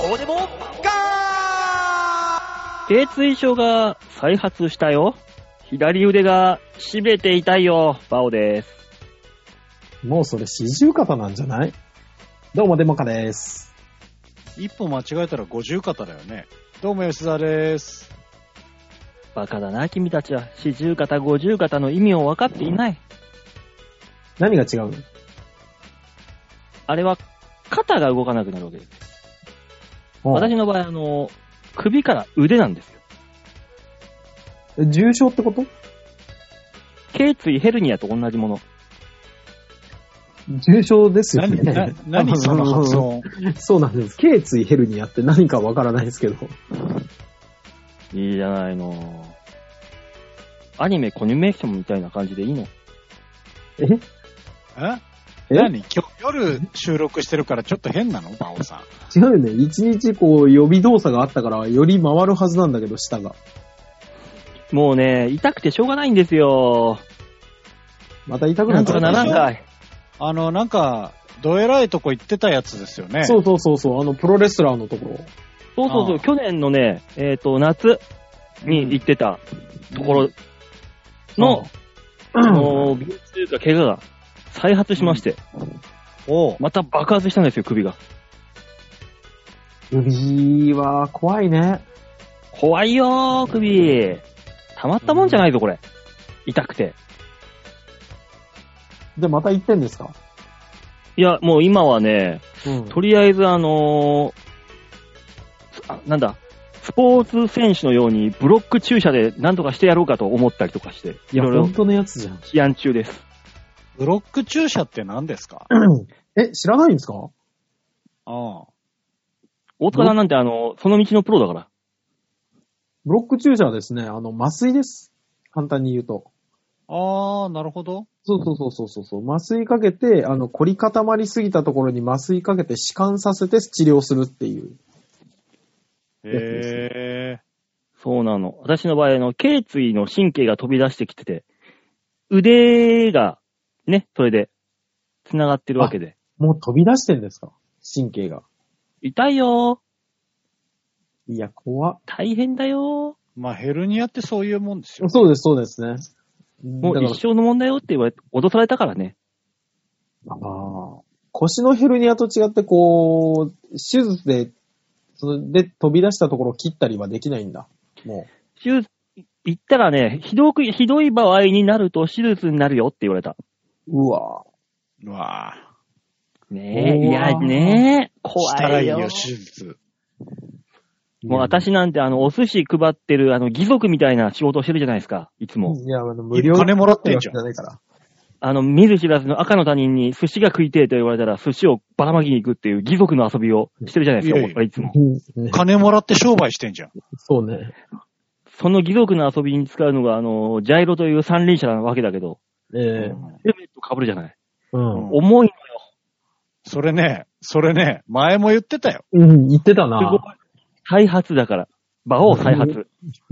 どうでもガ頚椎症が再発したよ。左腕がしびれて痛いよ。バオです。 もうそれ四十肩なんじゃない？どうもデモカです。 一歩間違えたら五十肩だよね。どうも吉沢です。 バカだな君たちは。四十肩五十肩の意味を分かっていない。 何が違うの？ あれは肩が動かなくなるわけです。私の場合首から腕なんですよ。 重症ってこと？ 頚椎ヘルニアと同じもの。 重症ですよね。 何その発音。 そうなんです。頚椎ヘルニアって何かわからないですけど。 いいじゃないの。アニメコニュメーションみたいな感じでいいの？ 何今日夜収録してるからちょっと変なのバオさん。違うよね。一日こう予備動作があったからより回るはずなんだけど、舌が。 もうね、痛くてしょうがないんですよ。 また痛くなっちゃった。 なんとかならんかい。 なんか、どえらいとこ行ってたやつですよね。 そう。プロレスラーのところ。 そう。去年のね、夏に行ってたところの、病気というか怪我が再発しまして、また爆発したんですよ、首が。 首は怖いね。 怖いよー、首。たまったもんじゃないぞ、これ。痛くて。 で、また行ってんですか？ いや、もう今はね、とりあえずスポーツ選手のようにブロック注射で何とかしてやろうかと思ったりとかして、 いや、本当のやつじゃん。 起案中です。 ブロック注射って何ですか？ 知らないんですか？ ああ。 大塚さんなんてその道のプロだから。 ブロック注射はですね、麻酔です。簡単に言うと。 ああ、なるほど。 そう。麻酔かけて、凝り固まりすぎたところに麻酔かけて弛緩させて治療するっていう。 へえ。 そうなの。私の場合、頚椎の神経が飛び出してきてて、腕が、ね、それで、繋がってるわけで。 もう飛び出してんですか？神経が。 痛いよー。いや、怖っ。 大変だよー。まあ、ヘルニアってそういうもんですよ、ね。 そうですね。 もう一生の問題よって言われて、脅されたからね。 ああ。腰のヘルニアと違って、こう、手術で、飛び出したところを切ったりはできないんだ。もう。 手術、言ったらね、ひどい場合になると手術になるよって言われた。 うわねえ、いやねえ、怖いよ。 したらいいよ、手術。 もう私なんてお寿司配ってる義足みたいな仕事をしてるじゃないですか、いつも。 いや、無料金もらってんじゃん。 見ず知らずの赤の他人に寿司が食いてえと言われたら寿司をばらまきに行くっていう義足の遊びをしてるじゃないですか、僕はいつも。 金もらって商売してんじゃん。 そうね。 その義足の遊びに使うのがジャイロという三輪車なわけだけど。ヘルメット被るじゃない。重いのよ。 それね、前も言ってたよ。 言ってたな。 再発だから。馬王再発。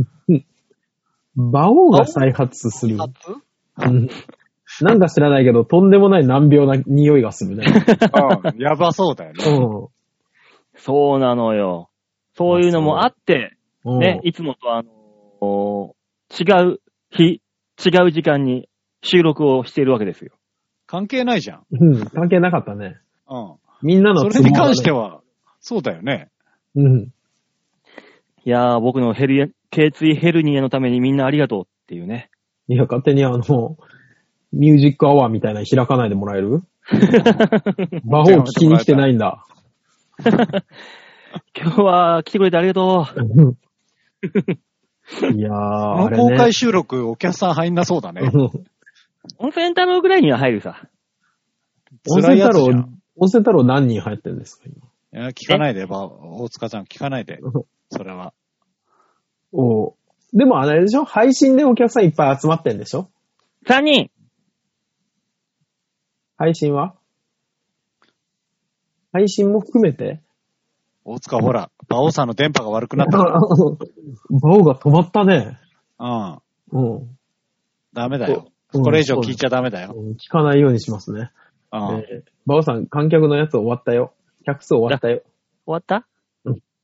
馬王が再発する。なんか知らないけど、とんでもない難病な匂いがするね。 やばそうだよね。 そうなのよ。そういうのもあって、ね、いつもと違う日、違う時間に収録をしているわけですよ。 関係ないじゃん。 関係なかったね。みんなのそれに関しては、そうだよね。 いやー、僕の頚椎ヘルニアのためにみんなありがとうっていうね。 いや、勝手にミュージックアワーみたいなの開かないでもらえる？魔法聞きに来てないんだ。 今日は来てくれてありがとう。いやー、 この公開収録お客さん入んなそうだね。 温泉太郎ぐらいには入るさ。 温泉太郎何人入ってるんですか今？いや、聞かないで、大塚さん聞かないで。それは。 でもあれでしょ？配信でお客さんいっぱい集まってんでしょ ？3人。 配信は？配信も含めて？ 大塚ほら、馬王さんの電波が悪くなった。 馬王が止まったね。 ダメだよ。これ以上聞いちゃダメだよ。 聞かないようにしますね。馬王さん、観客のやつ終わったよ。客数終わったよ。 終わった？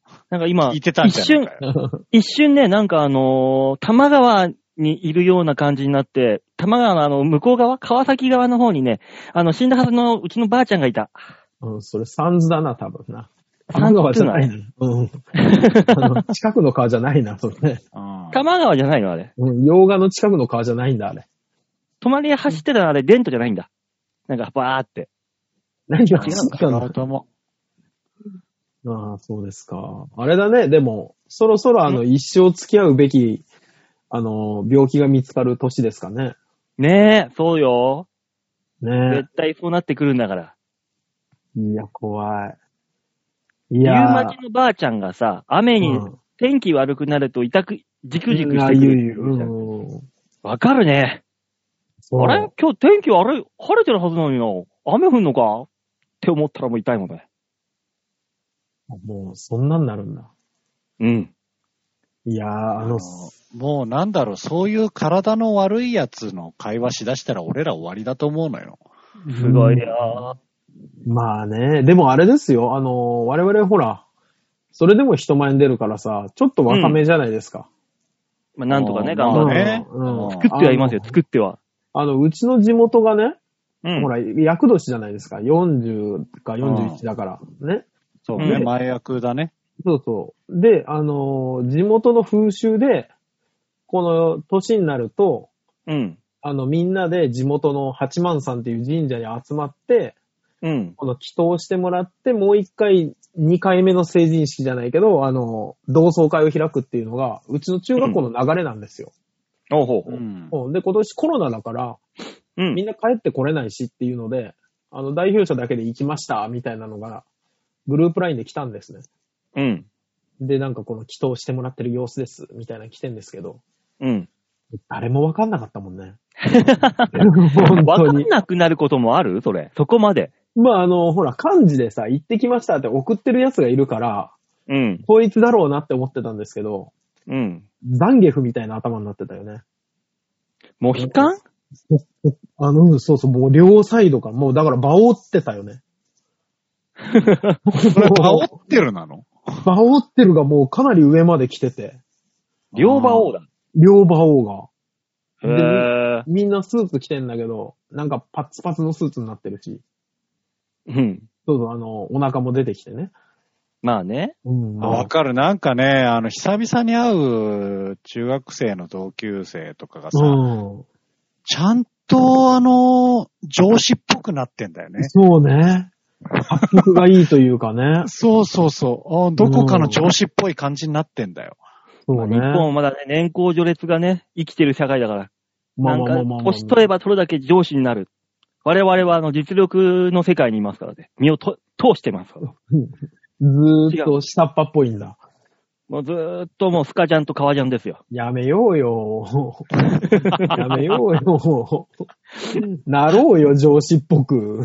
なんか今、 聞いてたんじゃないかよ。 一瞬ね、なんか多摩川にいるような感じになって、多摩川の向こう側、川崎側の方にね、死んだはずのうちのばあちゃんがいた。 うん、それサンズだな、多分な。 サンズ川じゃないな。うん。近くの川じゃないな、それね。 うん多摩川じゃないのあれ。 うん、洋画の近くの川じゃないんだ、あれ。 隣へ走ってたらあれ、デントじゃないんだ。なんか、バーって。 何が違うのか走ったんだ違うと思ああ、そうですか。あれだね、でも、そろそろ一生付き合うべき、病気が見つかる年ですかね。 ねえ、そうよ。 ね絶対そうなってくるんだから。 いや、怖い。い夕や町のばあちゃんがさ、雨に、 うん天気悪くなるとじくじくああしてくるいう、 わかるね。 そうあれ今日天気悪い、晴れてるはずなのにな。雨降んのかって思ったらもう痛いもんね。 もう、そんなんなるんだ。 うん。 いやー、 もうなんだろう、そういう体の悪いやつの会話しだしたら俺ら終わりだと思うのよ。 すごいよ。 まあね、でもあれですよ、我々ほら、それでも人前に出るからさ、ちょっと若めじゃないですか。 まあ、なんとかね、 まあ頑張って。 ねうん作ってはいますよ、作っては。 うちの地元がね、 うん。 ほら、厄年じゃないですか。40か41だから。ね。 そうね、 うん前役だね。 そうそう。で、地元の風習で、この年になると、 うん。 みんなで地元の八幡さんっていう神社に集まって、 うん。 この祈祷してもらって、もう一回、2回目の成人式じゃないけど、同窓会を開くっていうのが、うちの中学校の流れなんですよ。 おうほうほう。 で、今年コロナだから、 うん。 みんな帰ってこれないしっていうので、代表者だけで行きました、みたいなのが、グループラインで来たんですね。 うん。 で、なんかこの祈祷してもらってる様子です、みたいなの来てんですけど、 うん。 誰もわかんなかったもんね。 わかん本当に。 なくなることもあるそれ。そこまで。 まあほら、漢字でさ、行ってきましたって送ってるやつがいるから、 うん。 こいつだろうなって思ってたんですけど、 うん。 ザンゲフみたいな頭になってたよね。 モヒカンそうそう、もう両サイドが、もうだから場をってたよね。 これ、煽ってるなの場をってるがもうかなり上まで来てて、 両馬王だ。 両馬王が。 へぇみんなスーツ着てんだけど、なんかパッツパツのスーツになってるし、 うん。 そうそう、お腹も出てきてね。 まあね。 わかる。なんかね、久々に会う中学生の同級生とかがさ、ちゃんと上司っぽくなってんだよね。 そうね。発服がいいというかね。 そうそうそう。どこかの上司っぽい感じになってんだよ。 そうね。 日本はまだね、年功序列がね、生きてる社会だから。なんか、年取れば取るだけ上司になる。我々は実力の世界にいますからね。身を通してますから。 ずーっと下っ端っぽいんだ。 もうずーっともうスカジャンと革ジャンですよ。 やめようよ。やめようよ。なろうよ、上司っぽく。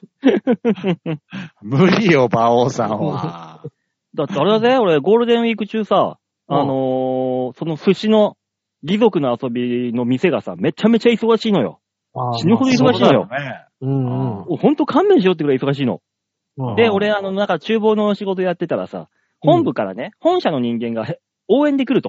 無理よ、馬王さんは。 だってあれだぜ、俺ゴールデンウィーク中さ、その寿司の義族の遊びの店がさ、めちゃめちゃ忙しいのよ。死ぬほど忙しいのよ。ほんと勘弁しようってくらい忙しいの。で、俺なんか厨房の仕事やってたらさ、本部からね、本社の人間が応援で来ると。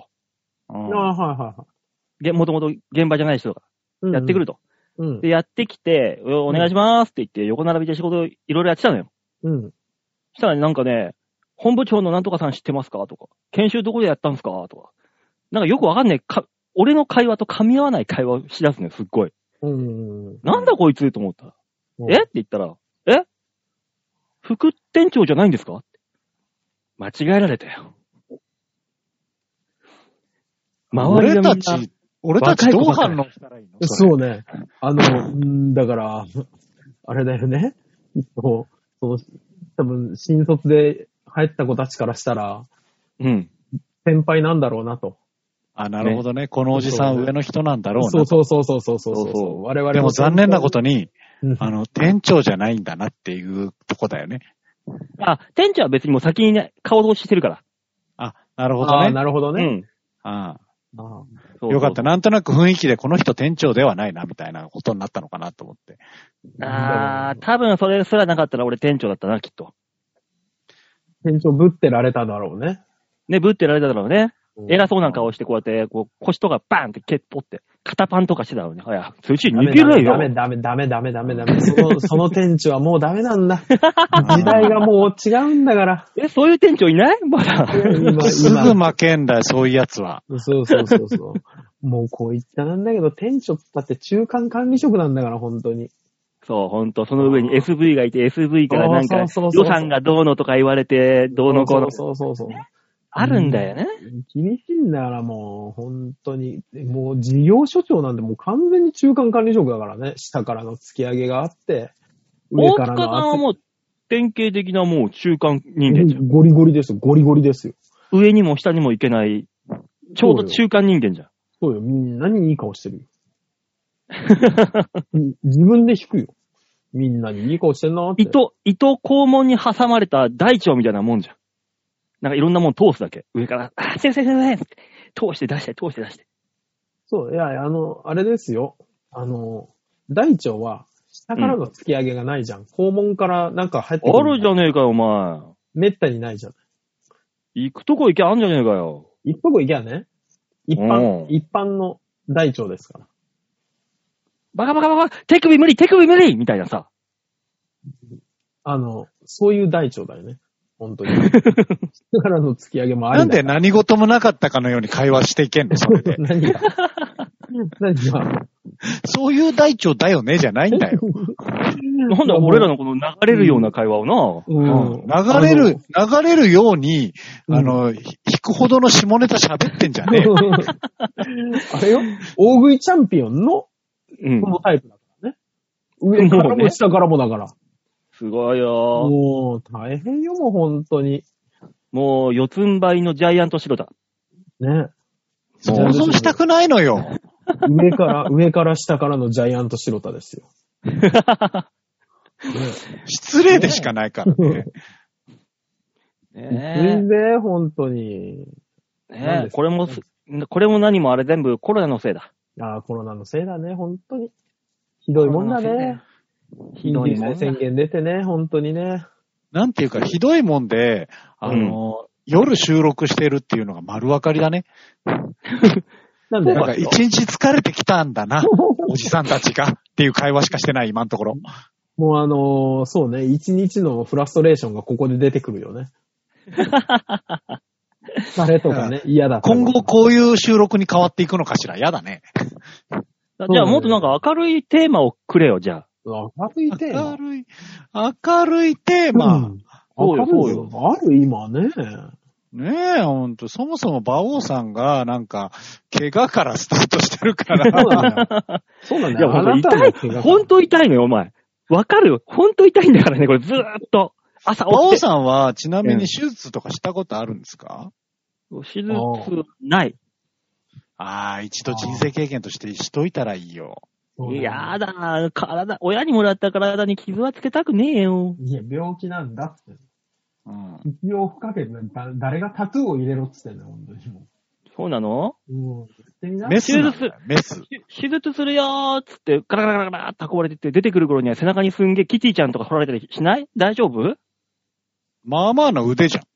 もともと現場じゃない人がやってくると。で、やってきて、お願いしますって言って横並びで仕事いろいろやってたのよ。そしたらなんかね、本部長のなんとかさん知ってますかとか、研修どこでやったんですかとか。なんかよくわかんない俺の会話と噛み合わない会話をしだすのよ、すっごい。なんだこいつと思ったら。えって言ったら、副店長じゃないんですか間違えられたよ。 俺たちどう反応したらいいの？ そうね。だから、あれだよね。多分、新卒で入った子たちからしたら、先輩なんだろうなと。 なるほどね。このおじさん上の人なんだろうな。 そう。我々 でも残念なことに、店長じゃないんだなっていうとこだよね。 店長は別にもう先にね、顔通ししてるから。 なるほどね。 なるほどね。 よかった。なんとなく雰囲気でこの人店長ではないな、みたいなことになったのかなと思って。 多分それすらなかったら俺店長だったな、きっと。 店長ぶってられただろうね。 ね、ぶってられただろうね。偉そうな顔してこうやって、こう腰とかバーンって蹴っぽって、肩パンとかしてたろうね。いや、そっちに逃げないよ。 ダメ。その店長はもうダメなんだ。時代がもう違うんだから。 そういう店長いないまだ。 すぐ負けんだよ、そういうやつは。 そう。もうこう言ったなんだけど、店長だって中間管理職なんだから、本当に。 そう、ほんと、その上に SV がいて、SV からなんか、予算がどうのとか言われて、どうのこうの。 そう。 あるんだよね。 厳しいんだからもう、本当に。もう事業所長なんてもう完全に中間管理職だからね。下からの突き上げがあって、上からの。 大塚さんはもう、典型的なもう中間人間じゃん。 ゴリゴリですよ。 上にも下にも行けない、ちょうど中間人間じゃん。 そうよ、みんなにいい顔してるよ。自分で引くよ。みんなにいい顔してんなって。 糸肛門に挟まれた大腸みたいなもんじゃん。なんかいろんなもん通すだけ。上から、先生、通して出して。 そう、いや、あれですよ。大腸は、下からの突き上げがないじゃん。肛門からなんか入ってくる。 あるじゃねえかよ、お前。 めったにないじゃん。 行くとこ行けあんじゃねえかよ。 行くとこ行けゃね。一般の大腸ですから。 バカ、手首無理みたいなさ。 そういう大腸だよね。本当に。下からの突き上げもありだ。 なんで何事もなかったかのように会話していけんのそれで。 何がそういう大腸だよねじゃないんだよ。 なんだ俺らのこの流れるような会話をな。 流れるように、引くほどの下ネタ喋ってんじゃねえよ。 あれよ大食いチャンピオンの、このタイプだからね。上からも下からもだから。 すごいよ。 もう、大変よ、もう本当に。 もう、四つん這いのジャイアント白だ。 ね。 想像したくないのよ。 上から下からのジャイアント白田ですよ。 失礼でしかないからね。 全然、本当に。 ねえ、これも何もあれ全部コロナのせいだ。 ああ、コロナのせいだね、本当に。ひどいもんだね。 ひどいもんだ。 宣言出てね、本当にね。 なんていうか、ひどいもんで、夜収録してるっていうのが丸分かりだね。なんか一日疲れてきたんだな、おじさんたちがっていう会話しかしてない、今のところ。 もうそうね、一日のフラストレーションがここで出てくるよね。疲れとかね、嫌だ。 今後こういう収録に変わっていくのかしら、嫌だね。 じゃあもっとなんか明るいテーマをくれよ、じゃあ。 明るいテーマ明るいテーマ。 そうよ。ある今ね。 ねえ、ほんと。そもそも馬王さんが、なんか、怪我からスタートしてるから。 そうなんだよ。 いや、ほんと痛いのよ、お前。わかるよ。ほんと痛いんだからね、これずーっと。朝起きて。 馬王さんは、ちなみに手術とかしたことあるんですか？ 手術、ない。 一度人生経験としてしといたらいいよ。 やだ、親にもらった体に傷はつけたくねえよ。 いや、病気なんだって。必要不可欠な、誰がタトゥーを入れろって言ってんだよ、本当にもう。 そうなの？ メス。 手術するよーっつって、ガラガラガラって運ばれてって出てくる頃には背中にすんげえキティちゃんとか取られたりしない？大丈夫？ まあまあの腕じゃん。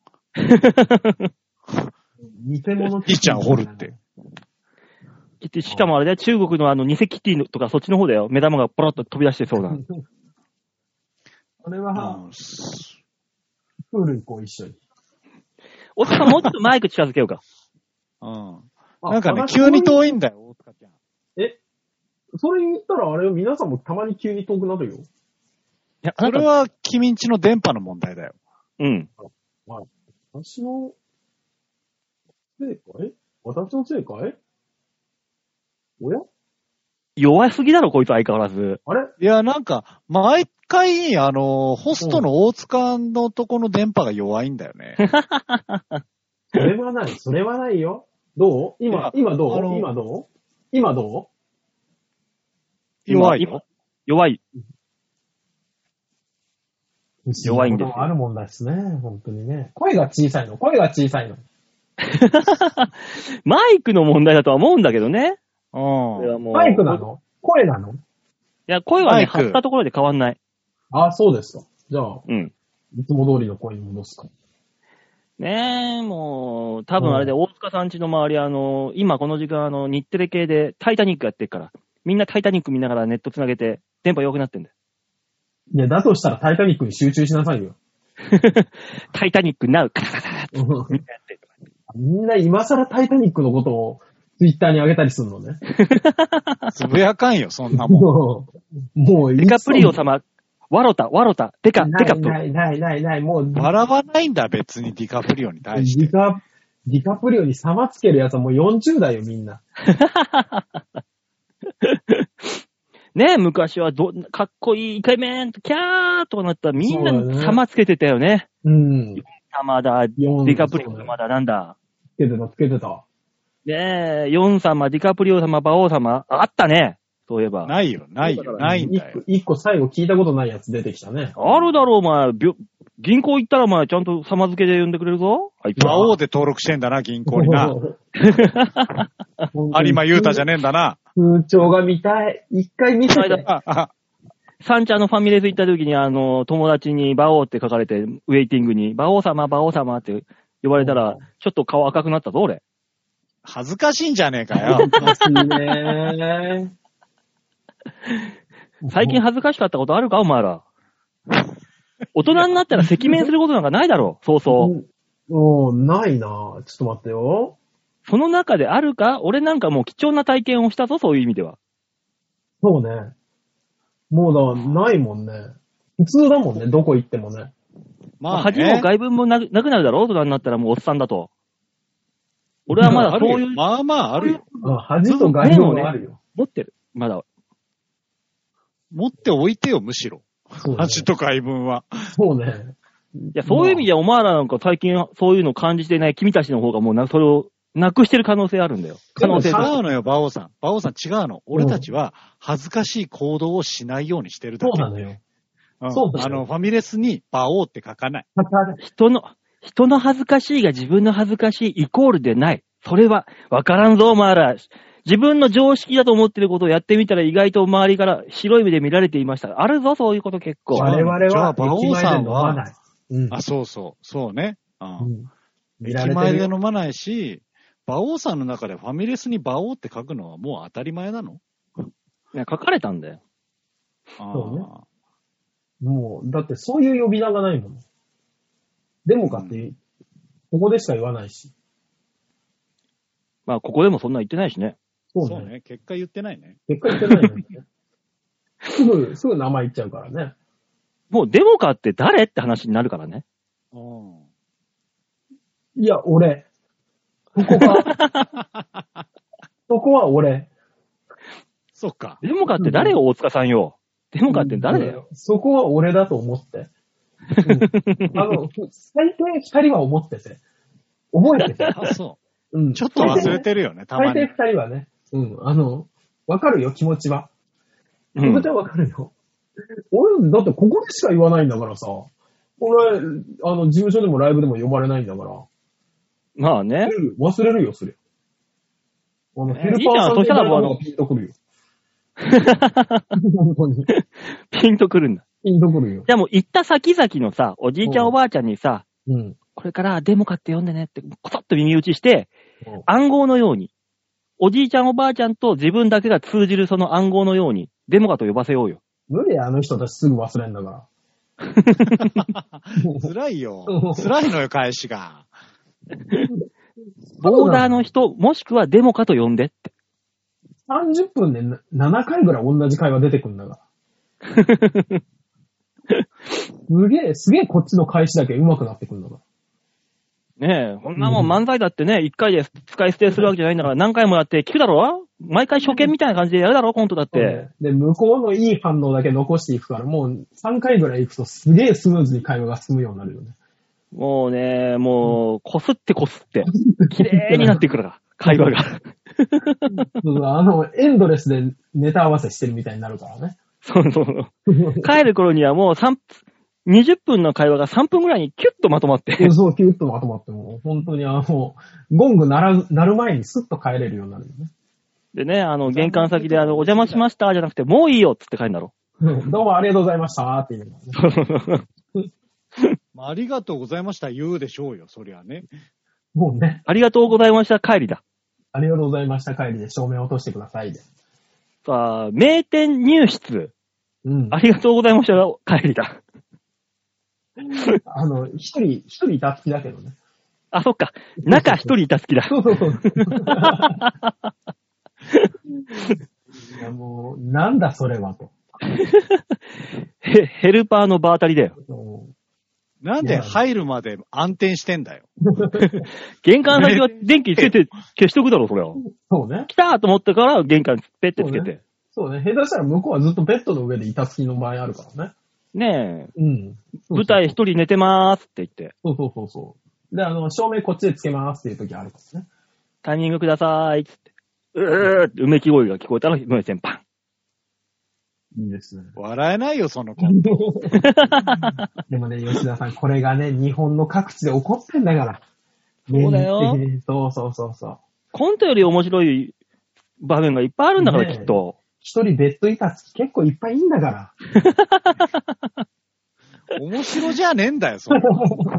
偽物キティちゃん掘るって。 しかもあれだよ、中国の偽キティとかそっちの方だよ。目玉がポロッと飛び出してそうな。 これは、プール行こう、一緒に。 大塚さんもうちょっとマイク近づけようか。 なんかね、急に遠いんだよ、大塚ちゃん。 それ言ったらあれ、皆さんもたまに急に遠くなるよ。いや、それは君んちの電波の問題だよ。 私のせいかい？私のせいかい？おや？ 弱すぎだろ、こいつ相変わらず。 あれ？ いや、なんか、毎回、ホストの大塚のとこの電波が弱いんだよね。 それはないよ。どう？今どう？ 弱いよ。 弱いんですよ。 あるもんだしね、本当にね。声が小さいの。 マイクの問題だとは思うんだけどね。 マイクなの？声なの？ いや、声はね、張ったところで変わんない。 あ、そうですか。じゃあ、いつも通りの声に戻すか。 ねえ、もう、多分あれで大塚さん家の周り、今この時間日テレ系でタイタニックやってるから、みんなタイタニック見ながらネットつなげて、電波良くなってんだよ。 いや、だとしたらタイタニックに集中しなさいよ。 タイタニックなう、カタカタカタってみんなやってる。 みんな今更タイタニックのことをツイッターに上げたりするのね。 つぶやかんよ、そんなもん。もう、 デカプリオ様、ワロタ、デカプ。 ない、もう。 笑わないんだ、別にディカプリオに対して。 ディカプリオに様つけるやつはもう40代よ、みんな。 ねえ、昔はかっこいいイケメン、キャーとかなったらみんな様つけてたよね。 うん。 様だ、ディカプリオ様だ、なんだ。 つけてた。 ねえ、ヨン様、ディカプリオ様、馬王様、あったね。そういえば。 ないよ、ないんだよ。 一個最後聞いたことないやつ出てきたね。 あるだろう、お前。銀行行ったらお前、ちゃんと様付けで呼んでくれるぞ。あいつ。 馬王で登録してんだな、銀行にな。有馬優太じゃねえんだな。 風潮が見たい。一回見たい。 サンチャのファミレス行った時に友達に馬王って書かれて、ウェイティングに、馬王様って呼ばれたら、ちょっと顔赤くなったぞ、俺。 恥ずかしいんじゃねえかよ。 恥ずかしいね。 最近恥ずかしかったことあるか、お前ら。大人になったら赤面することなんかないだろう、そうそう。 ないな。ちょっと待ってよ。 その中であるか？俺なんかもう貴重な体験をしたぞ、そういう意味では。 そうね。もうないもんね。普通だもんね、どこ行ってもね。 まあ、恥も外文もなくなるだろう、大人になったらもうおっさんだと。俺はまだそういう。 まあまああるよ。 恥と外文もあるよ。 持ってる。まだ。 持っておいてよ、むしろ。恥と外文は。 そうね。 いや、そういう意味ではお前らなんか最近そういうの感じてない君たちの方がもうそれをなくしてる可能性あるんだよ。可能性。 違うのよ、馬王さん。馬王さん違うの。俺たちは恥ずかしい行動をしないようにしてるだけ。 そうなのよ。 そうなのよ。ファミレスに馬王って書かない。 人の恥ずかしいが自分の恥ずかしいイコールでない。それはわからんぞ、お前ら。自分の常識だと思ってることをやってみたら意外と周りから白い目で見られていました。あるぞ、そういうこと結構。 我々は馬王さんは、 うん、 そうね。駅前で飲まないし、馬王さんの中でファミレスに馬王って書くのはもう当たり前なの？ いや、書かれたんだよ。 そうね。もう、だってそういう呼び名がないもん。デモかって、ここでしか言わないし。 まあ、ここでもそんな言ってないしね。 そうね。結果言ってないね。 結果言ってないよね。すぐ名前言っちゃうからね。 もうデモかって誰って話になるからね。 いや、俺。そこは俺。 そっか。 デモかって誰よ、大塚さんよ。デモかって誰だよ。 そこは俺だと思って。最低二人は思ってて。覚えてて。 あ、そう。ちょっと忘れてるよね、たまに。 最低二人はね。わかるよ、気持ちは。気持ちはわかるよ。俺、だってここでしか言わないんだからさ。俺、事務所でもライブでも呼ばれないんだから。 まあね。 忘れるよ、それ。ヘルパーさんの方がピンとくるよ。本当に。 ピンとくるんだ。 ピンとくるよ。 でも行った先々のさ、おじいちゃんおばあちゃんにさ、 うんこれからデモかって呼んでねって、コソッと耳打ちして、暗号のように、おじいちゃんおばあちゃんと自分だけが通じるその暗号のように、デモかと呼ばせようよ。 無理や、あの人たちすぐ忘れんだから。 辛いよ。辛いのよ、返しが。 ボーダーの人、もしくはデモかと呼んでって。 30分で7回ぐらい同じ会話出てくるんだから。すげえこっちの返しだけ上手くなってくるんだから。 ねえ、こんなもん漫才だってね、1回で使い捨てするわけじゃないんだから、何回もやって聞くだろ？毎回初見みたいな感じでやるだろコントだって。 で、向こうのいい反応だけ残していくから、もう3回ぐらい行くとすげえスムーズに会話が進むようになるよね。 もうね、こすって、綺麗になってくるから、会話が。 エンドレスでネタ合わせしてるみたいになるからね。 そう。帰る頃にはもう20分の会話が3分ぐらいにキュッとまとまって。 そう、キュッとまとまって、もう本当にゴング鳴る前にスッと帰れるようになるよね。 でね、玄関先でお邪魔しましたじゃなくて、もういいよっつって帰るんだろ。 どうもありがとうございましたって言うのね。 ありがとうございました言うでしょうよ、そりゃね。 もうね。 ありがとうございました帰りだ。 ありがとうございました帰りで照明を落としてくださいで。 さあ、名店入室。 うん。 ありがとうございました帰りだ。 一人板付きだけどね。 あ、そっか。中一人いた好きだ。 そうそうそう。いやもう、なんだそれはと。 ヘルパーの場当たりだよ。 なんで入るまで暗転してんだよ。 玄関先は電気つけて消しとくだろ、それは。 そうね。 来たーと思ってから玄関ペッてつけて。 そうね。下手したら向こうはずっとベッドの上で板付きの場合あるからね。 ねえ。 うん。 舞台一人寝てまーすって言って。 そう。で、照明こっちでつけますっていう時あるからね。 タイミングくださーいっつって。ってうめき声が聞こえたら、胸線パン。 いいですね。 笑えないよ、そのコント。 でもね、吉田さん、これがね、日本の各地で起こってんだから。 そうだよ。 そう。 コントより面白い場面がいっぱいあるんだから、きっと。 一人ベッド板付き結構いっぱいいいんだから。 面白じゃねえんだよ、それ。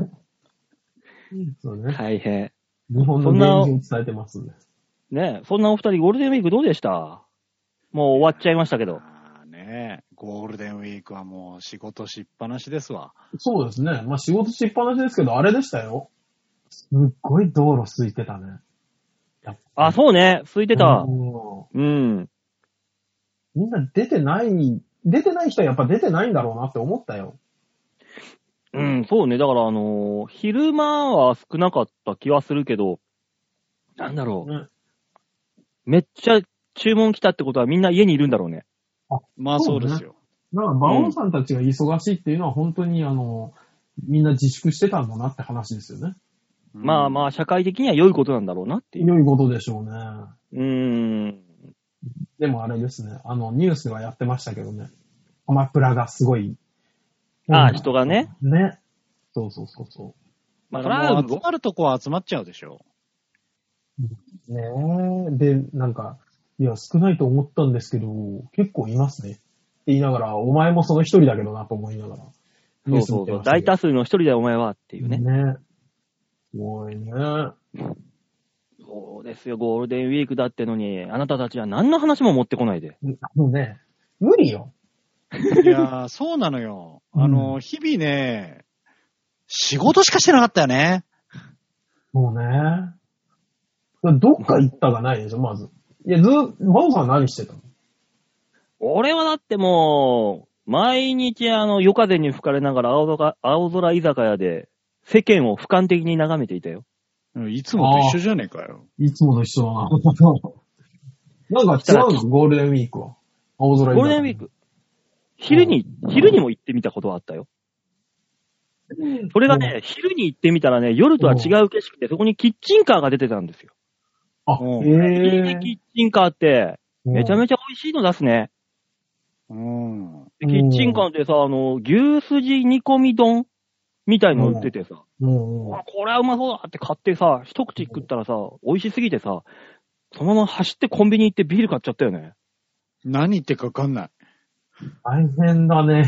そうね。 大変。 日本の現状伝えてますんで。 ねえ、そんなお二人ゴールデンウィークどうでした？もう終わっちゃいましたけど。 ねえ、ゴールデンウィークはもう仕事しっぱなしですわ。 そうですね。まあ仕事しっぱなしですけど、あれでしたよ。すっごい道路空いてたね。 あ、そうね。空いてた。うん。 みんな出てない人はやっぱ出てないんだろうなって思ったよ。 うん、そうね。だから昼間は少なかった気はするけど、なんだろう。ね、めっちゃ注文来たってことはみんな家にいるんだろうね。 あ、まあそうですよ。 だから、馬王さんたちが忙しいっていうのは本当にみんな自粛してたんだなって話ですよね。 まあまあ、社会的には良いことなんだろうなっていう。 良いことでしょうね。でもあれですね、ニュースではやってましたけどね。鎌倉がすごい。 ああ、人がね。 ね。そう。 まあ、それは集まるとこは集まっちゃうでしょう。ねえ。で、なんか、いや、少ないと思ったんですけど、結構いますね。って言いながら、お前もその一人だけどなと思いながら。 そう。大多数の一人だよ、お前はっていうね。 ね。すごいね。 そうですよ、ゴールデンウィークだってのに、あなたたちは何の話も持ってこないで。 ね、無理よ。 いやー、そうなのよ。日々ね、仕事しかしてなかったよね。 もうね。どっか行ったがないでしょ、まず。いや、バオさん何してたの？ 俺はだってもう、毎日夜風に吹かれながら青空居酒屋で世間を俯瞰的に眺めていたよ。 いつもと一緒じゃねえかよ。 いつもと一緒だな。なんか違うの？ゴールデンウィークは。青空居酒屋。 ゴールデンウィーク。昼にも行ってみたことはあったよ。それがね、昼に行ってみたらね、夜とは違う景色で、そこにキッチンカーが出てたんですよ。 あ、 キッチンカーって、めちゃめちゃ美味しいの出すね。キッチンカーでさ、牛すじ煮込み丼みたいの売っててさ、これはうまそうだって買ってさ、一口食ったらさ、美味しすぎてさ、そのまま走ってコンビニ行ってビール買っちゃったよね。 何言ってかわかんない。 大変だね。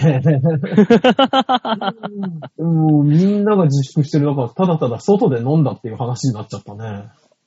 みんなが自粛してる中、ただただ外で飲んだっていう話になっちゃったね。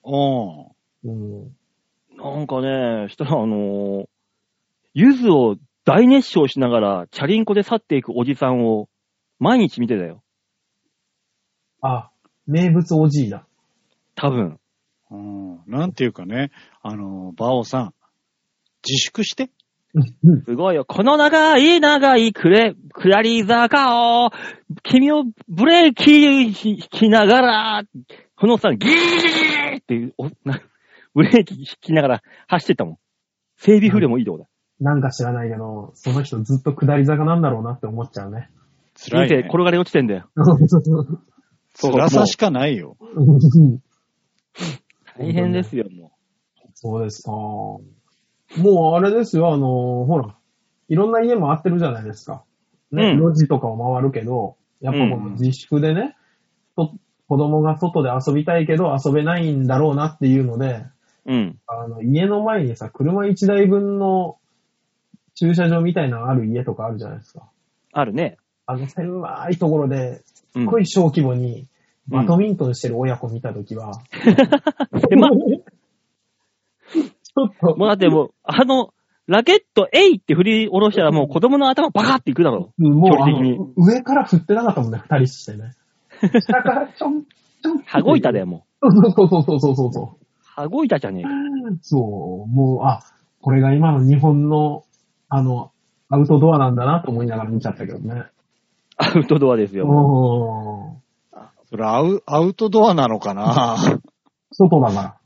なんかね、したらゆずを大熱唱しながら、チャリンコで去っていくおじさんを、毎日見てたよ。 あ、名物おじいだ。 多分。 なんていうかね、バオさん、自粛して。 すごいよ。この長い下り坂を、君をブレーキ引きながら、このさ、ギーっていう、ブレーキ引きながら走ってたもん。整備不良もいいとこだ。 なんか知らないけど、その人ずっと下り坂なんだろうなって思っちゃうね。 辛いね。転がり落ちてんだよ。 辛さしかないよ。 大変ですよ、もう。そうですか。もうあれですよ、ほら、いろんな家もあってるじゃないですか。ね、路地とかを回るけど、やっぱこの自粛でね、子供が外で遊びたいけど遊べないんだろうなっていうので、家の前にさ、車1台分の駐車場みたいなのある家とかあるじゃないですか。 あるね。 狭いところで、 ごい小規模にバドミントンしてる親子見たときは、 狭っ。 ちょっと。 もうだってもう、ラケット、えいって振り下ろしたらもう子供の頭バカっていくだろう。 も距離的に。 う上から振ってなかったもんね、二人してね。下からちょん、ちょん。 羽子板だよ、もう。そう。 羽子板じゃねえか。 そう、もう、これが今の日本の、アウトドアなんだなと思いながら見ちゃったけどね。 アウトドアですよ。 それアウトドアなのかな外だから。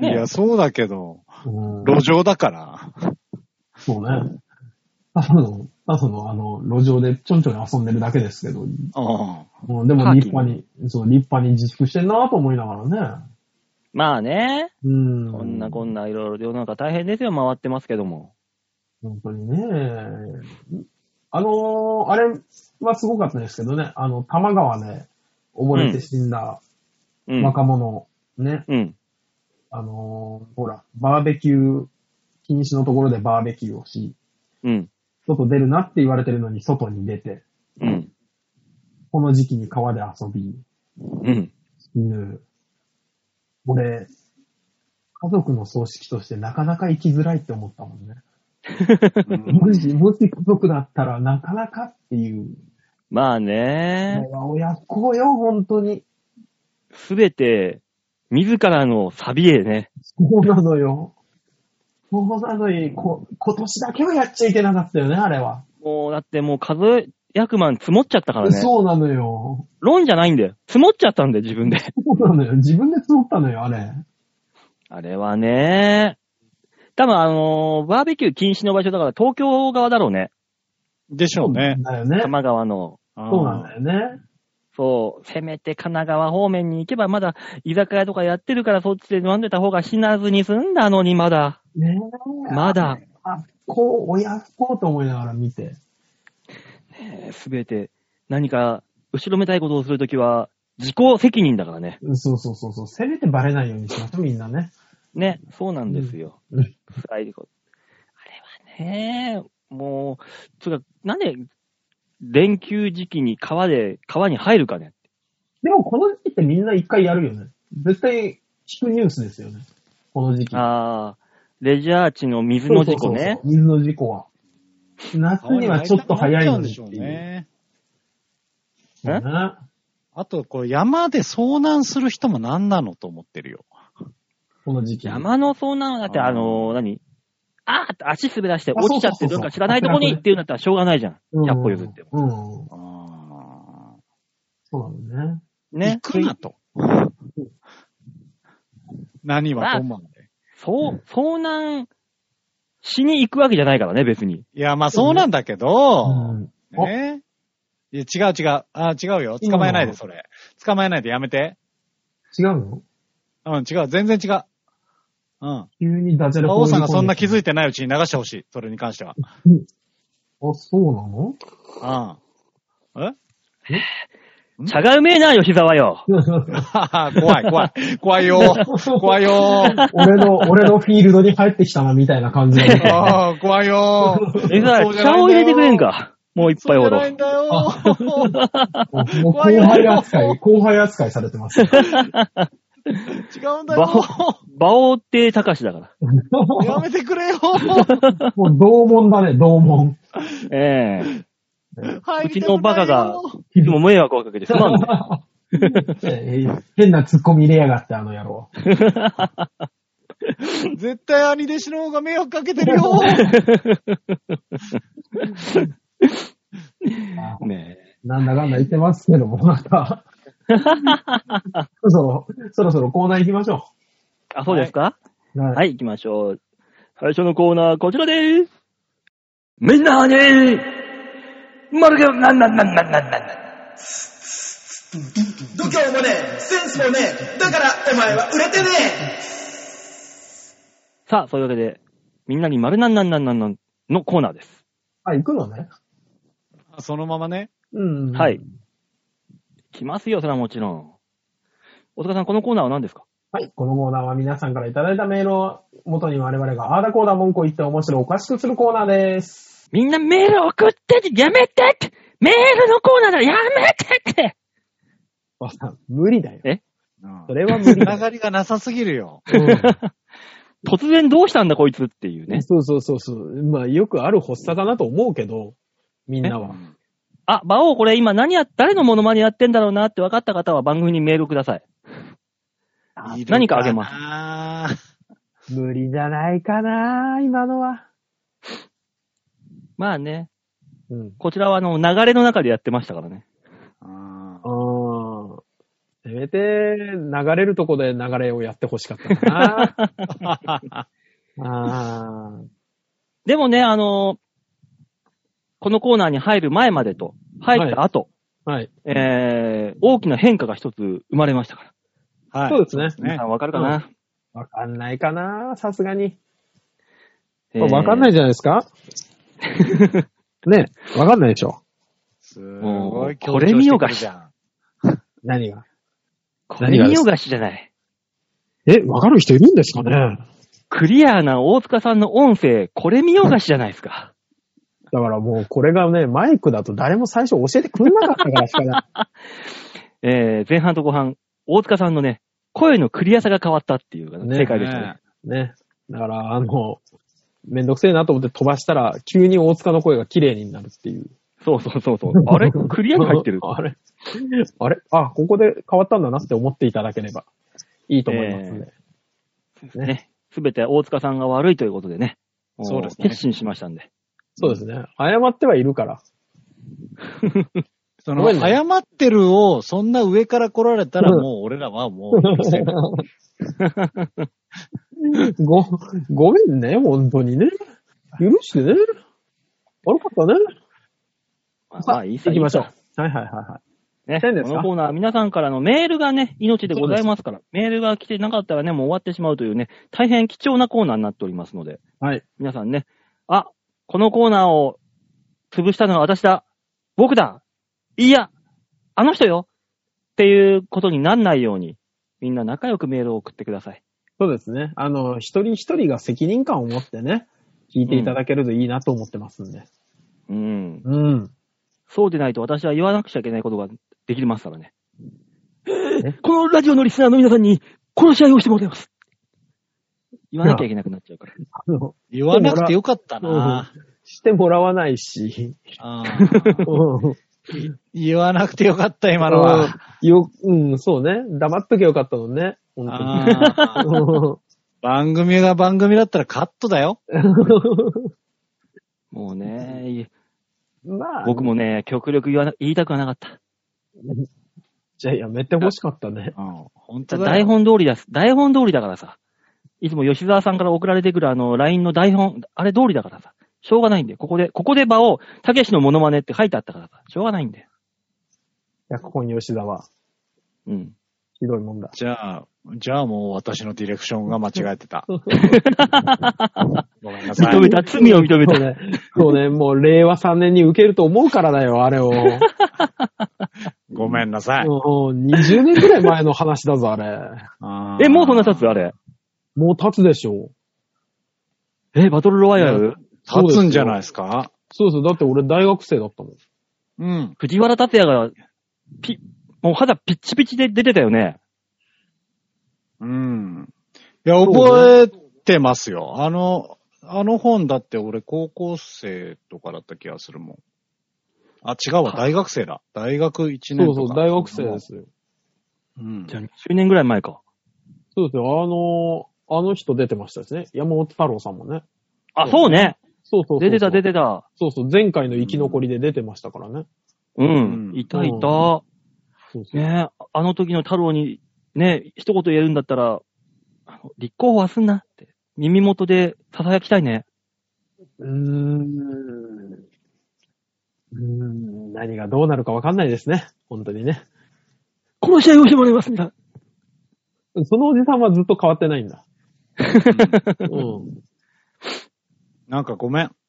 ね、 いや、そうだけど、路上だから。 そうね。ただの、路上でちょんちょん遊んでるだけですけど。でも立派に自粛してんなと思いながらね。 まあね。 そんないろいろ世の中大変ですよ、回ってますけども。 本当にね。あれはすごかったですけどね。多摩川で溺れて死んだ若者、ね。ほら、バーベキュー、禁止のところでバーベキューをし、外出るなって言われてるのに外に出て、この時期に川で遊び、死ぬ。俺、家族の葬式としてなかなか生きづらいって思ったもんね。もし家族だったらなかなかっていう。 まあね。 親不孝よ、本当に。 すべて、自らのサビへね。 そうなのよ。そうなのに、今年だけはやっちゃいけなかったよね、あれは。 もう、だってもう数百万積もっちゃったからね。 そうなのよ。 ロンじゃないんだよ。積もっちゃったんだよ、自分で。 そうなのよ。自分で積もったのよ、あれ。 あれはね。多分バーベキュー禁止の場所だから東京側だろうね。 でしょうね。 だよね。 多摩川の。 そうなんだよね。 そう。せめて神奈川方面に行けばまだ居酒屋とかやってるからそっちで飲んでた方が死なずに済んだのにまだ。 ねえ。 まだ。 親不孝と思いながら見て。 すべて何か後ろめたいことをするときは自己責任だからね。 そう。せめてバレないようにしましょう、みんなね。 ね、そうなんですよ。辛いこと。あれはね、もう、なんで、連休時期に川に入るかね。 でもこの時期ってみんな一回やるよね。絶対聞くニュースですよね。この時期。 レジャー地の水の事故ね。 そう水の事故は。夏にはちょっと早いのにっていう。 ね。 あと、山で遭難する人も何なのと思ってるよ。 この時期。 山の遭難はだって足滑らして落ちちゃってどうか知らないとこにっていうんだったらしょうがないじゃん。100歩譲っても。そうなのね。 ね。 行くなと。何はともで。 遭難しに行くわけじゃないからね、別に。 いや、まあそうなんだけど、ね。いや、違う。違うよ。捕まえないで、それ。捕まえないでやめて。 違うの？ 違う。全然違う。 急にダジャレ。 王さんがそんな気づいてないうちに流してほしい。それに関しては。 そうなの？ 茶がうめえな、吉沢よ。 怖いよ。 俺のフィールドに帰ってきたな、みたいな感じで。 怖いよ。 茶を入れてくれんか。もう一杯ほど。 そうじゃないんだよ。 もう後輩扱いされてます。 違うんだよ。 馬王って高しだから。 やめてくれよ。 もう同門だね、同門。 うちのバカが、いつも迷惑をかけてすまんね。 変なツッコミ入れやがって、あの野郎。 絶対兄弟子の方が迷惑かけてるよ。 なんだかんだ言ってますけども、また。そろそろコーナー行きましょう。そうですか？はい、行きましょう。最初のコーナー、こちらでーす。みんなねまるが、度胸もねセンスもねだからお前は売れてねさあ、そういうわけで、みんなに丸のコーナーです。 行くのね。 そのままね。 はい。来ますよ、それはもちろん。大塚さん、このコーナーは何ですか？ はい。このコーナーは皆さんからいただいたメールを元に我々があーだこーだ文句を言って面白おかしくするコーナーです。 みんなメール送ってやめてってメールのコーナーだやめてってばさん、無理だよ。それは無つ理だよ。 ながりがなさすぎるよ。 突然どうしたんだこいつっていうね。 そうそうそうそう。まあ、よくある発作だなと思うけど、みんなは。 あ、馬王これ今誰のモノマネやってんだろうなって分かった方は番組にメールください。何かあげます。 無理じゃないかな、今のは。 まあね。こちらは流れの中でやってましたからね。 せめて、流れるとこで流れをやってほしかったかな。 でもね、このコーナーに入る前までと、入った後、 はい。 大きな変化が一つ生まれましたから。 はい。そうですね。 皆さんわかるかな？ わかんないかな、さすがに。わかんないじゃないですかね、わかんないでしょ。 すごいこれ見よがし。 何がこれ見よがしじゃない。 わかる人いるんですかね？ クリアな大塚さんの音声、これ見よがしじゃないですか。 だからもうこれがね、マイクだと誰も最初教えてくれなかったからしかない。 前半と後半、大塚さんのね、声のクリアさが変わったっていう正解でしたね。 ね。だからめんどくせえなと思って飛ばしたら、急に大塚の声が綺麗になるっていう。 そう。あれクリアに入ってるあれここで変わったんだなって思っていただければいいと思いますね。すべて大塚さんが悪いということでね。 そうですね。 決心しましたんで。 そうですね。謝ってはいるから。 謝ってるを、そんな上から来られたらもう俺らはもう許せない。 ごめんね、本当にね。許してね。悪かったね。 まあ、いいさ。 行きましょう。はい。 ね、このコーナーは皆さんからのメールがね、命でございますから、メールが来てなかったらね、もう終わってしまうというね、大変貴重なコーナーになっておりますので、 はい。 皆さんね、このコーナーを潰したのは私だ、僕だ、いや、あの人よっていうことになんないように、みんな仲良くメールを送ってください。 そうですね。一人一人が責任感を持ってね、聞いていただけるといいなと思ってますんで。 そうでないと私は言わなくちゃいけないことができますからね。このラジオのリスナーの皆さんに殺し合いをしてもらいます。言わなきゃいけなくなっちゃうから。 言わなくてよかったな。 してもらわないし。 言わなくてよかった、今のは。 そうね。黙っとけよかったのね。本当に。 番組が番組だったらカットだよ。 もうね、僕もね、極力言いたくはなかった。 じゃあやめてほしかったね。 本当だ。台本通りだからさ。いつも吉沢さんから送られてくるLINE の台本、あれ通りだからさ。しょうがないんだよ。ここで場を、たけしのモノマネって書いてあったからさ。しょうがないんだよ。 脚本吉沢。ひどいもんだ。 じゃあもう私のディレクションが間違えてた。ごめんなさい。 罪を認めた。 そうね、もう令和3年に受けると思うからだよ、あれを。 ごめんなさい。 20年くらい前の話だぞ、あれ。 もうそんな経つあれ。 もう経つでしょ。 バトルロワイヤル経つんじゃないですか？ そう。だって俺大学生だったもん。藤原達也が、もう肌ピッチピチで出てたよね。 いや、覚えてますよ。あの本だって俺高校生とかだった気がするもん。違うわ、大学生だ。大学1年とか。 そう、大学生ですよ。 じゃあ20年ぐらい前か。 そうですよ。あの人出てましたですね。山本太郎さんもね。 そうね。 そう。 出てた。 そう、前回の生き残りで出てましたからね。 いた。ねあの時の太郎に、ね、一言言えるんだったら、立候補はすんなって。耳元で囁きたいね。 何がどうなるかわかんないですね。本当にね。 殺し合いをしてもらいますんだ。 そのおじさんはずっと変わってないんだ。 なんかごめん。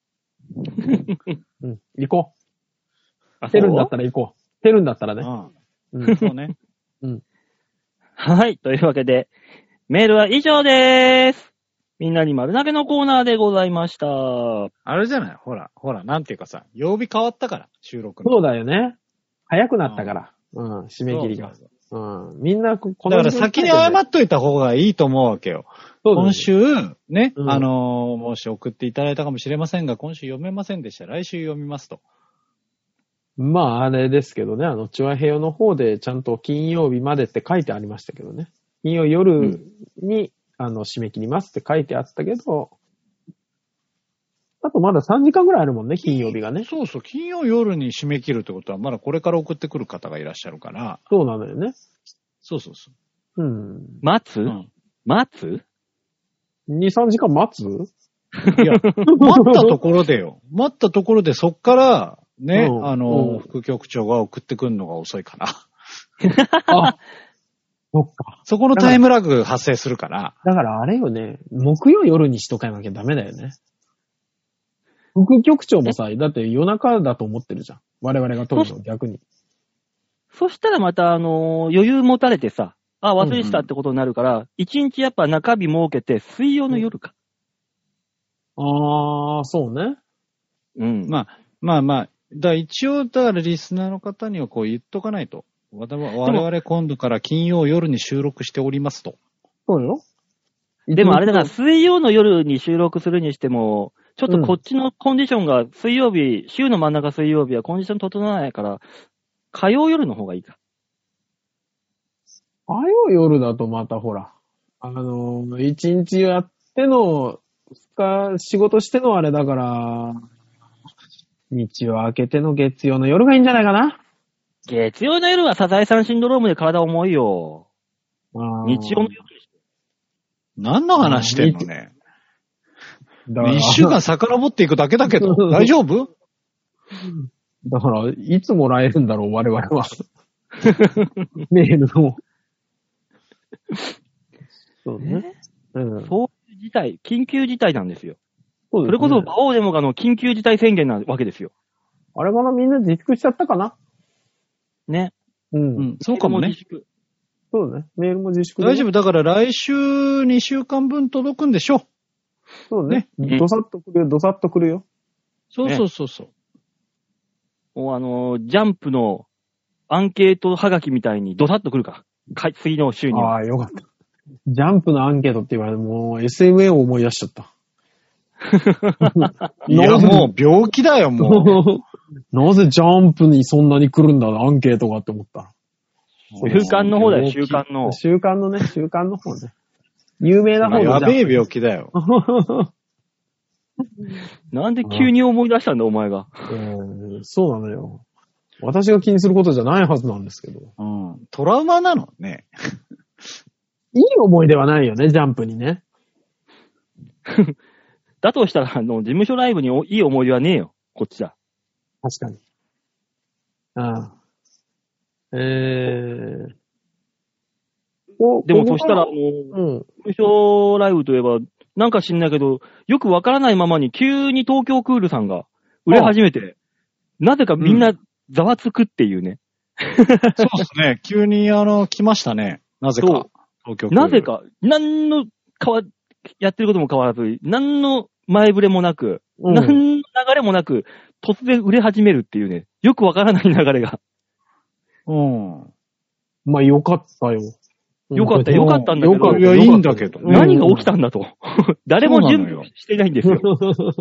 行こう。出るんだったら行こう。出るんだったらね。 そうね。 はい。というわけで、メールは以上でーす。みんなに丸投げのコーナーでございました。 あれじゃない？ほら、なんていうかさ、曜日変わったから、収録の。 そうだよね。早くなったから。締め切りが。 みんなこのだから先に謝っといた方がいいと思うわけよ。今週、ね、もし送っていただいたかもしれませんが、今週読めませんでした。来週読みますと。 まあ、あれですけどね、チュアヘヨの方でちゃんと金曜日までって書いてありましたけどね。金曜夜に、締め切りますって書いてあったけど、あとまだ3時間ぐらいあるもんね、金曜日がね。 そうそう、金曜夜に締め切るってことは、まだこれから送ってくる方がいらっしゃるから。 そうなのよね。 そうそうそう。 待つ ?2、 3時間待つ？ いや、待ったところでよ。待ったところでそっから、ね、副局長が送ってくるのが遅いかな。 あ、そっか。 そこのタイムラグ発生するから。 だからあれよね、木曜夜にしとかなきゃダメだよね。副局長もさ、だって夜中だと思ってるじゃん。我々が撮るの逆に。 そしたらまた、余裕持たれてさ、忘れてたってことになるから、一日やっぱ中日設けて、水曜の夜か。 そうね。 まあ。一応、だからリスナーの方にはこう言っとかないと。我々今度から金曜夜に収録しておりますと。 そうよ。 でもあれだから、水曜の夜に収録するにしても、ちょっとこっちのコンディションが水曜日、週の真ん中水曜日はコンディション整わないから、火曜夜の方がいいか。 火曜夜だとまたほら、一日やっての、仕事してのあれだから、日曜明けての月曜の夜がいいんじゃないかな。 月曜の夜はサザエさんシンドロームで体重いよ。日曜の夜にして。 何の話してんのね。一週間遡っていくだけだけど、大丈夫？ だから、いつもらえるんだろう、我々は。メールの。そうね。 そういう事態、緊急事態なんですよ。 そうですね。 それこそ、馬王デモが緊急事態宣言なわけですよ。 あれかな、みんな自粛しちゃったかな？ ね。 そうかもね。 そうね。メールも自粛。 大丈夫。だから来週2週間分届くんでしょ。 そうね。どさっと来るよ。 そうそうそうそう。 もうジャンプのアンケートはがきみたいにドサッと来るから。次の週には。 よかった。ジャンプのアンケートって言われて、もう SMA を思い出しちゃった。 いや、もう病気だよ、もう。なぜジャンプにそんなに来るんだ、アンケートがって思った。 週刊の方だよ、週刊の。 週刊の方ね。有名な方やべえ病気だよ。 なんで急に思い出したんだ、お前が。 そうなのよ。私が気にすることじゃないはずなんですけど。 トラウマなのね。 いい思い出はないよね、ジャンプにね。 だとしたら、事務所ライブにいい思い出はねえよ、こっちだ。 確かに。 でもそしたら、事務所ライブといえば、なんか知んないけど、よくわからないままに急に東京クールさんが売れ始めて、なぜかみんなざわつくっていうね。 そうですね。急に来ましたね。なぜか。東京クール。 なぜか、やってることも変わらず、何の前触れもなく、何の流れもなく、突然売れ始めるっていうね、よくわからない流れが。 まあ、よかったよ。 よかったんだけど。 いや、いいんだけど。 何が起きたんだと。誰も準備していないんですよ。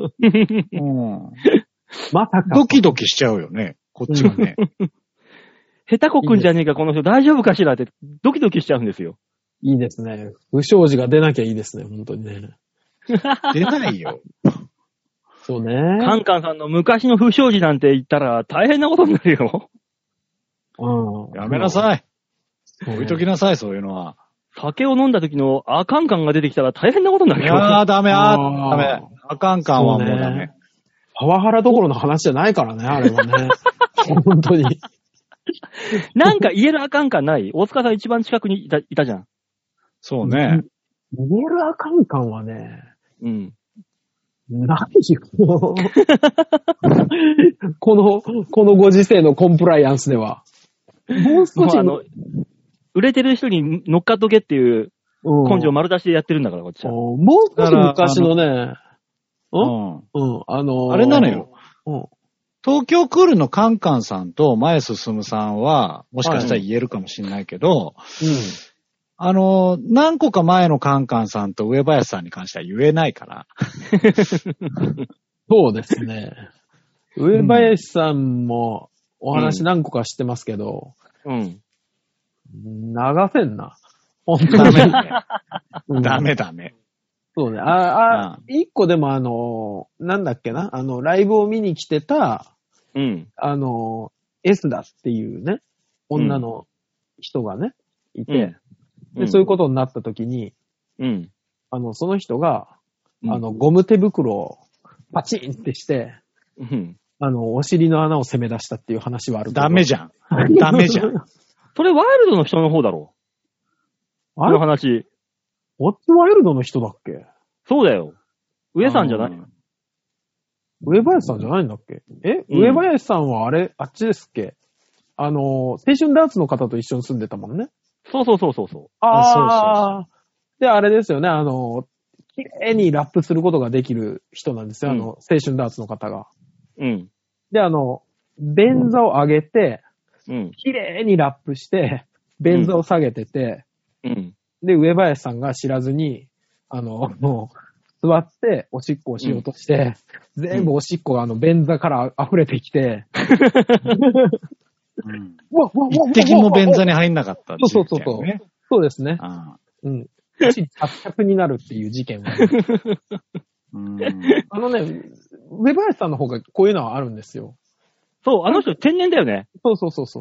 まさか。 ドキドキしちゃうよね。こっちがね。 下手こくんじゃねえか、この人大丈夫かしらって、ドキドキしちゃうんですよ。 いいですね。不祥事が出なきゃいいですね、本当にね。 出ないよ。 そうね。 カンカンさんの昔の不祥事なんて言ったら大変なことになるよ。 やめなさい。置いときなさい、そういうのは。 酒を飲んだ時のアカンカンが出てきたら大変なことになるよ。 ダメ。アカンカンはもうダメ。 パワハラどころの話じゃないからね、あれはね。本当に。 なんか言えるアカンカンない？大塚さん一番近くにいたじゃん。 そうね。 言えるアカンカンはね。ないよ。このご時世のコンプライアンスでは。もう少し売れてる人に乗っかっとけっていう根性丸出しでやってるんだから、こっちは。 もう少し昔のね、 あれなのよ。 東京クールのカンカンさんと前進さんは、もしかしたら言えるかもしれないけど、何個か前のカンカンさんと上林さんに関しては言えないから。 そうですね。上林さんもお話何個か知ってますけど、流せんな。本当に。 ダメ。 そうね。一個でもなんだっけな、ライブを見に来てた、S だっていうね、女の人がね、いて、で、そういうことになった時に、その人が、ゴム手袋をパチンってして、お尻の穴を攻め出したっていう話はあるけど。 ダメじゃん。 それワイルドの人の方だろ。この話。 こっちワイルドの人だっけ？ そうだよ。上さんじゃない？ 上林さんじゃないんだっけ？上林さんはあっちですっけ？青春ダーツの方と一緒に住んでたもんね。 そう。 で、あれですよね、綺麗にラップすることができる人なんですよ、青春ダーツの方が。で、便座を上げて、綺麗にラップして、便座を下げてて、で、上林さんが知らずに、もう、座って、おしっこをしようとして、全部おしっこが便座から溢れてきて、 一滴も便座に入んなかったっていう、 そう。そうですね。着々になるっていう事件が。上林さんの方がこういうのはあるんですよ。 そう、あの人天然だよね。 そう。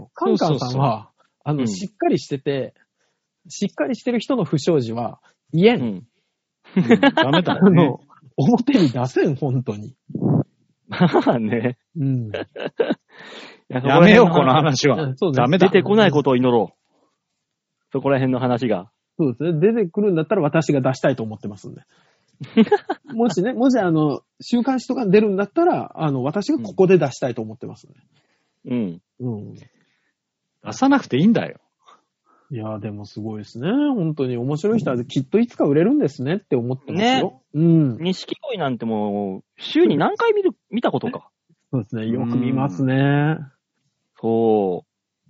カンカンさんは、しっかりしてて、しっかりしてる人の不祥事は言えん。 ダメだね。 表に出せん、本当に。 まあね。 やめよう、この話は。ダメだ。 出てこないことを祈ろう。そこら辺の話が。 そうですね。出てくるんだったら私が出したいと思ってますんで。もし週刊誌とかに出るんだったら、私がここで出したいと思ってますね。 出さなくていいんだよ。 いや、でもすごいですね。本当に面白い人はきっといつか売れるんですねって思ってますよ。 錦鯉なんてもう、週に何回見たことか。 そうですね。よく見ますね。 そう。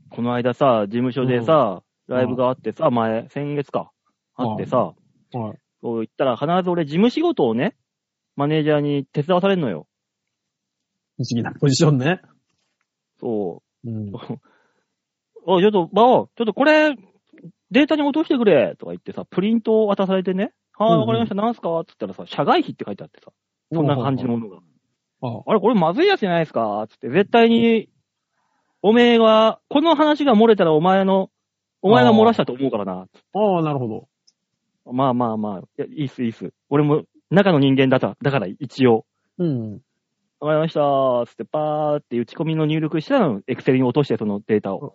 この間さ、事務所でさ、ライブがあってさ、先月か。あってさ、そう言ったら必ず俺事務仕事をね、マネージャーに手伝わされるのよ。 不思議なポジションね。 そう。ちょっとこれ、データに落としてくれとか言ってさ、プリントを渡されてね。わかりました。なんすかって言ったらさ、社外費って書いてあってさ、そんな感じのものが。あれ、これまずいやつじゃないですかつって、絶対に、おめえが、この話が漏れたらお前が漏らしたと思うからな。 なるほど。 まあ。いいっす。俺も中の人間だから一応。わかりましたーつってパーって打ち込みの入力したの、エクセルに落としてそのデータを。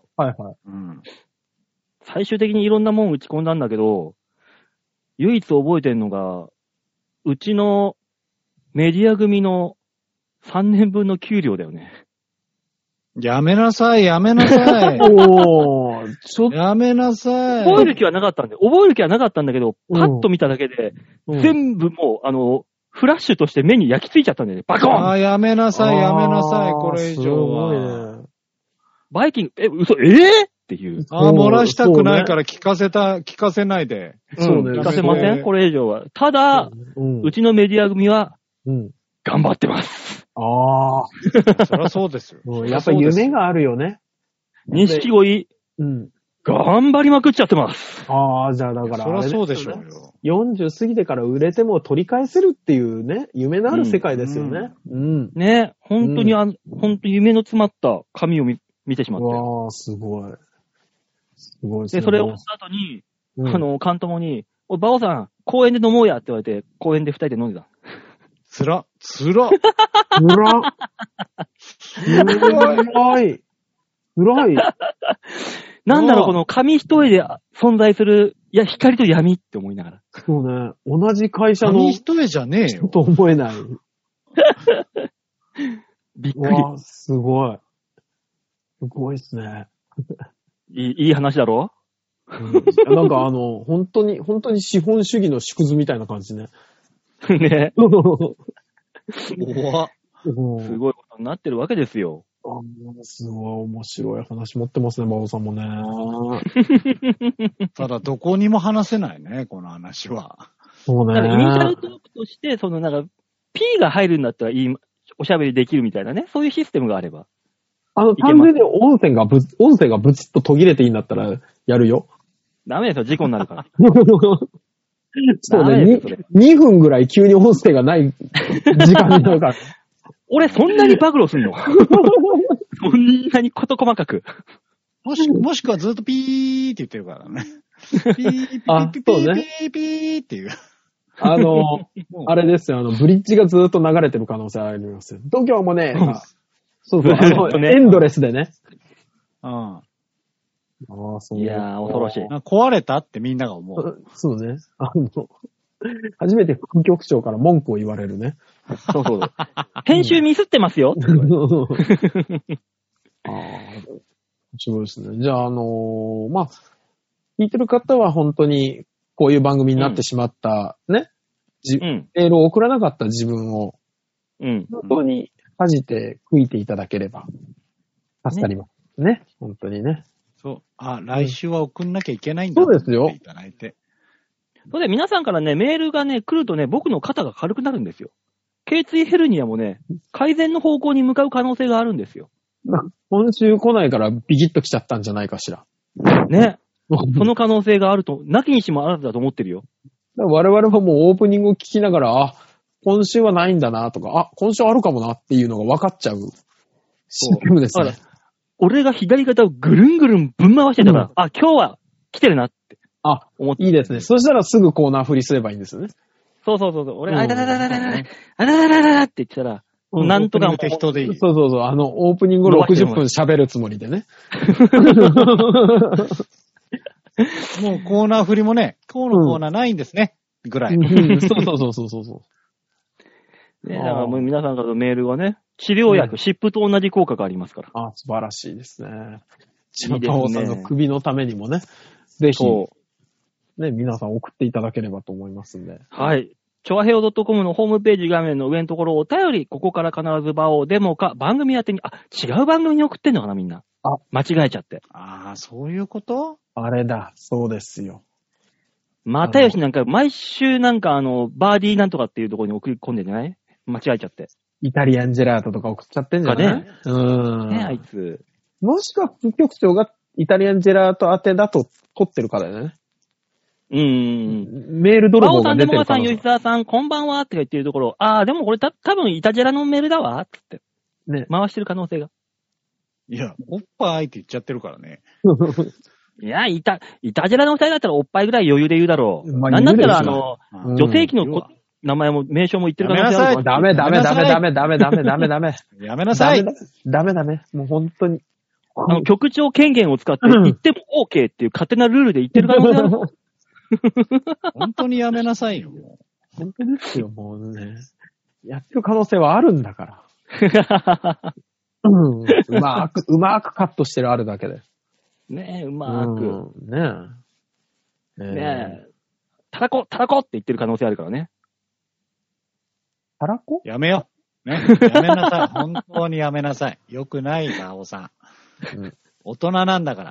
最終的にいろんなもん打ち込んだんだけど、唯一覚えてんのが、うちのメディア組の3年分の給料だよね。 やめなさい。 やめなさい。 覚える気はなかったんだけど、パッと見ただけで、全部もう、フラッシュとして目に焼き付いちゃったんだよね。バコーンやめなさい、これ以上は。 バイキング、嘘、っていう。 漏らしたくないから聞かせないで。 聞かせませんこれ以上は。ただ、うちのメディア組は、頑張ってます。 そりゃそうですよ。 やっぱ夢があるよね。 錦鯉、頑張りまくっちゃってます。 じゃあだから、 そりゃそうでしょうよ。40過ぎてから売れても取り返せるっていうね、夢のある世界ですよね。 ね、本当に本当に夢の詰まった紙を見てしまって。 すごい。 で、それをした後に、監督に、バオさん、公園で飲もうやって言われて、公園で2人で飲んでた。 つら。 暗い。 なんだろう、この紙一重で存在する、光と闇って思いながら。 そうね。同じ会社の。 紙一重じゃねえよ。 と思えない。 びっくり。 すごい。すごいっすね。 いい話だろなんか本当に資本主義の縮図みたいな感じね。 ね。 怖っ。 すごいことになってるわけですよ。 すごい面白い話持ってますね、馬王さんもね。 ただ、どこにも話せないね、この話は。 そうね。 だからイニシャルトークとして、P が入るんだったらおしゃべりできるみたいなね、そういうシステムがあれば。 単純に音声がブツッと途切れていいんだったら、やるよ。 ダメですよ、事故になるから。 そうね、2分ぐらい急に音声がない時間になるから。 俺、そんなに暴露すんのそんなに事細かく。 もしくはずっとピーって言ってるからね。ピーピーピーピーピーピーっていう。 あれですよ、ブリッジがずっと流れてる可能性ありますよ。東京もね、そうそう、エンドレスでね。 そういやー、恐ろしい。 壊れたってみんなが思う。 そうね。初めて副局長から文句を言われるね。 そう。編集ミスってますよ。 面白いですね。じゃあ、聞いてる方は本当にこういう番組になってしまった、ね。メールを送らなかった自分を、本当に恥じて悔いていただければ、助かります。ね。本当にね。 そう。来週は送んなきゃいけないんだ。 そうですよ。 いただいて。 それで皆さんからね、メールがね、来るとね、僕の肩が軽くなるんですよ。頸椎ヘルニアもね、改善の方向に向かう可能性があるんですよ。 今週来ないからビキッと来ちゃったんじゃないかしら。 ね。その可能性があると、なきにしもあらずだと思ってるよ。 我々はもうオープニングを聞きながら、今週はないんだなとか、今週あるかもなっていうのが分かっちゃうシステムですね。 俺が左肩をぐるんぐるんぶん回してたから、今日は来てるなって思って。 いいですね。そしたらすぐコーナー振りすればいいんですよね。 そう。俺、あららって言ってたら、なんとか適当でいい。 そう。オープニング60分喋るつもりでね。 もうコーナー振りもね、今日のコーナーないんですね。ぐらい。 そう。 ね、だからもう皆さんからのメールはね、治療薬、湿布と同じ効果がありますから。 素晴らしいですね。千葉尾さんの首のためにもね、ぜひ、ね、皆さん送っていただければと思いますんで。 はい。ちょわへお .com のホームページ画面の上のところお便り、ここから必ず場をデモか番組宛てに、違う番組に送ってんのかなみんな。間違えちゃって。 そういうこと？ あれだ、そうですよ。 またよしなんか、毎週なんかバーディーなんとかっていうところに送り込んでんじゃない？間違えちゃって。 イタリアンジェラートとか送っちゃってんじゃない？ ね、あいつ。 もしくは副局長がイタリアンジェラート宛てだと取ってるからだよね。メール泥棒が出てるから。 馬尾さん、吉沢さん、こんばんはって言ってるところ、でもこれ多分イタジェラのメールだわつって。ね。回してる可能性が。 いや、おっぱいって言っちゃってるからね。 いや、イタジェラの二人だったらおっぱいぐらい余裕で言うだろう。なんだったら女性器の名前も名称も言ってる可能性ある。 ダメ。 やめなさい。 ダメ。もう本当に。 局長権限を使って言っても OK っていう勝手なルールで言ってる可能性ある。 本当にやめなさいよ。 本当ですよ、もうね。やってる可能性はあるんだから。うまくカットしてるあるだけで。 ねえ、うまく。 ねえ。たらこって言ってる可能性あるからね。 たらこ？ やめよ。ね。やめなさい。本当にやめなさい。よくないな、青さん。大人なんだから。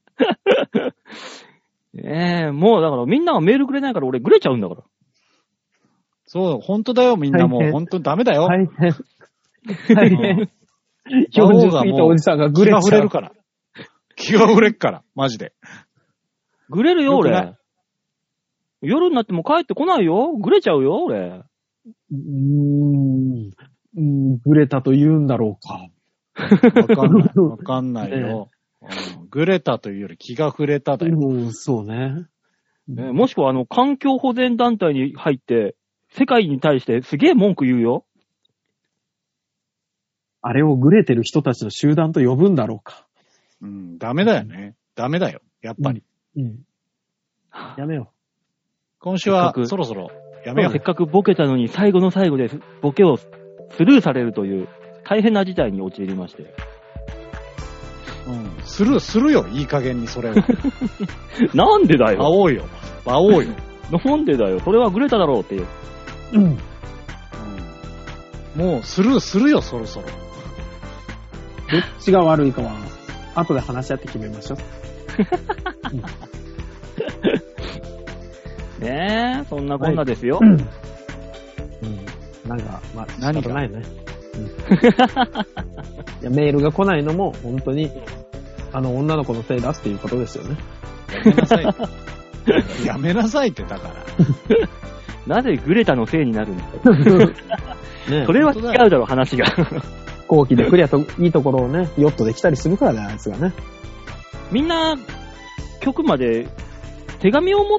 もうだからみんながメールくれないから俺グレちゃうんだから。 そう、本当だよ、みんなもう。本当にダメだよ。 大変。40過ぎたおじさんがグレちゃう。 気が触れるから。気が触れっから、マジで。 グレるよ、俺。夜になっても帰ってこないよ。グレちゃうよ、俺。 グレたと言うんだろうか。 わかんないよ。グレたというより気が触れただよ。 そうね。 もしくは環境保全団体に入って、世界に対してすげえ文句言うよ。 あれをグレてる人たちの集団と呼ぶんだろうか。 ダメだよね。ダメだよ。やっぱり。 やめよう。 今週はそろそろやめよう。 せっかくボケたのに最後の最後でボケをスルーされるという大変な事態に陥りまして。 スルーするよ、いい加減にそれは。 なんでだよ。 青いよ。 なんでだよ。それはグレタだろうっていう。 もうスルーするよ、そろそろ。 どっちが悪いかは、後で話し合って決めましょう。ねえ、そんなこんなですよ。 うん。なんか、まあ、仕方ないね。いや、メールが来ないのも、本当に、女の子のせいだっていうことですよね。 やめなさい。やめなさいってだから。 なぜグレタのせいになるんだね、 それは違うだろ、話が。 飛行機でクリアといいところをね、ヨットで来たりするからね、あいつがね。 みんな、局まで手紙を持って、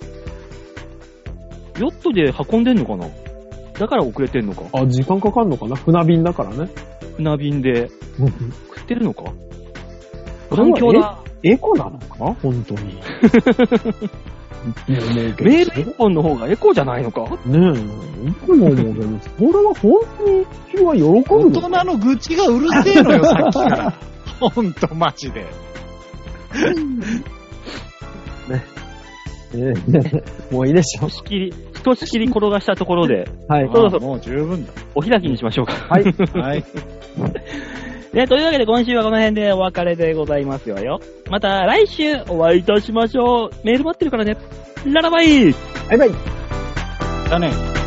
ヨットで運んでんのかな？だから遅れてんのか。 あ、時間かかんのかな？船便だからね。 船便で。食ってるのか？環境だ。 エコなのか？本当に。 メール一本の方がエコじゃないのか？ ねえ、いつも思うけど、これは本当に君は喜ぶの？ 大人の愚痴がうるせえのよ、さっきから。ほんと、マジで。 ね。もういいでしょ。 ひとしきり転がしたところで、 はい。 そろそろもう十分だ。 お開きにしましょうか。 はい。 はい。 というわけで今週はこの辺でお別れでございますよ。また来週お会いいたしましょう。メール待ってるからね。ララバイ！ バイバイ！ だね。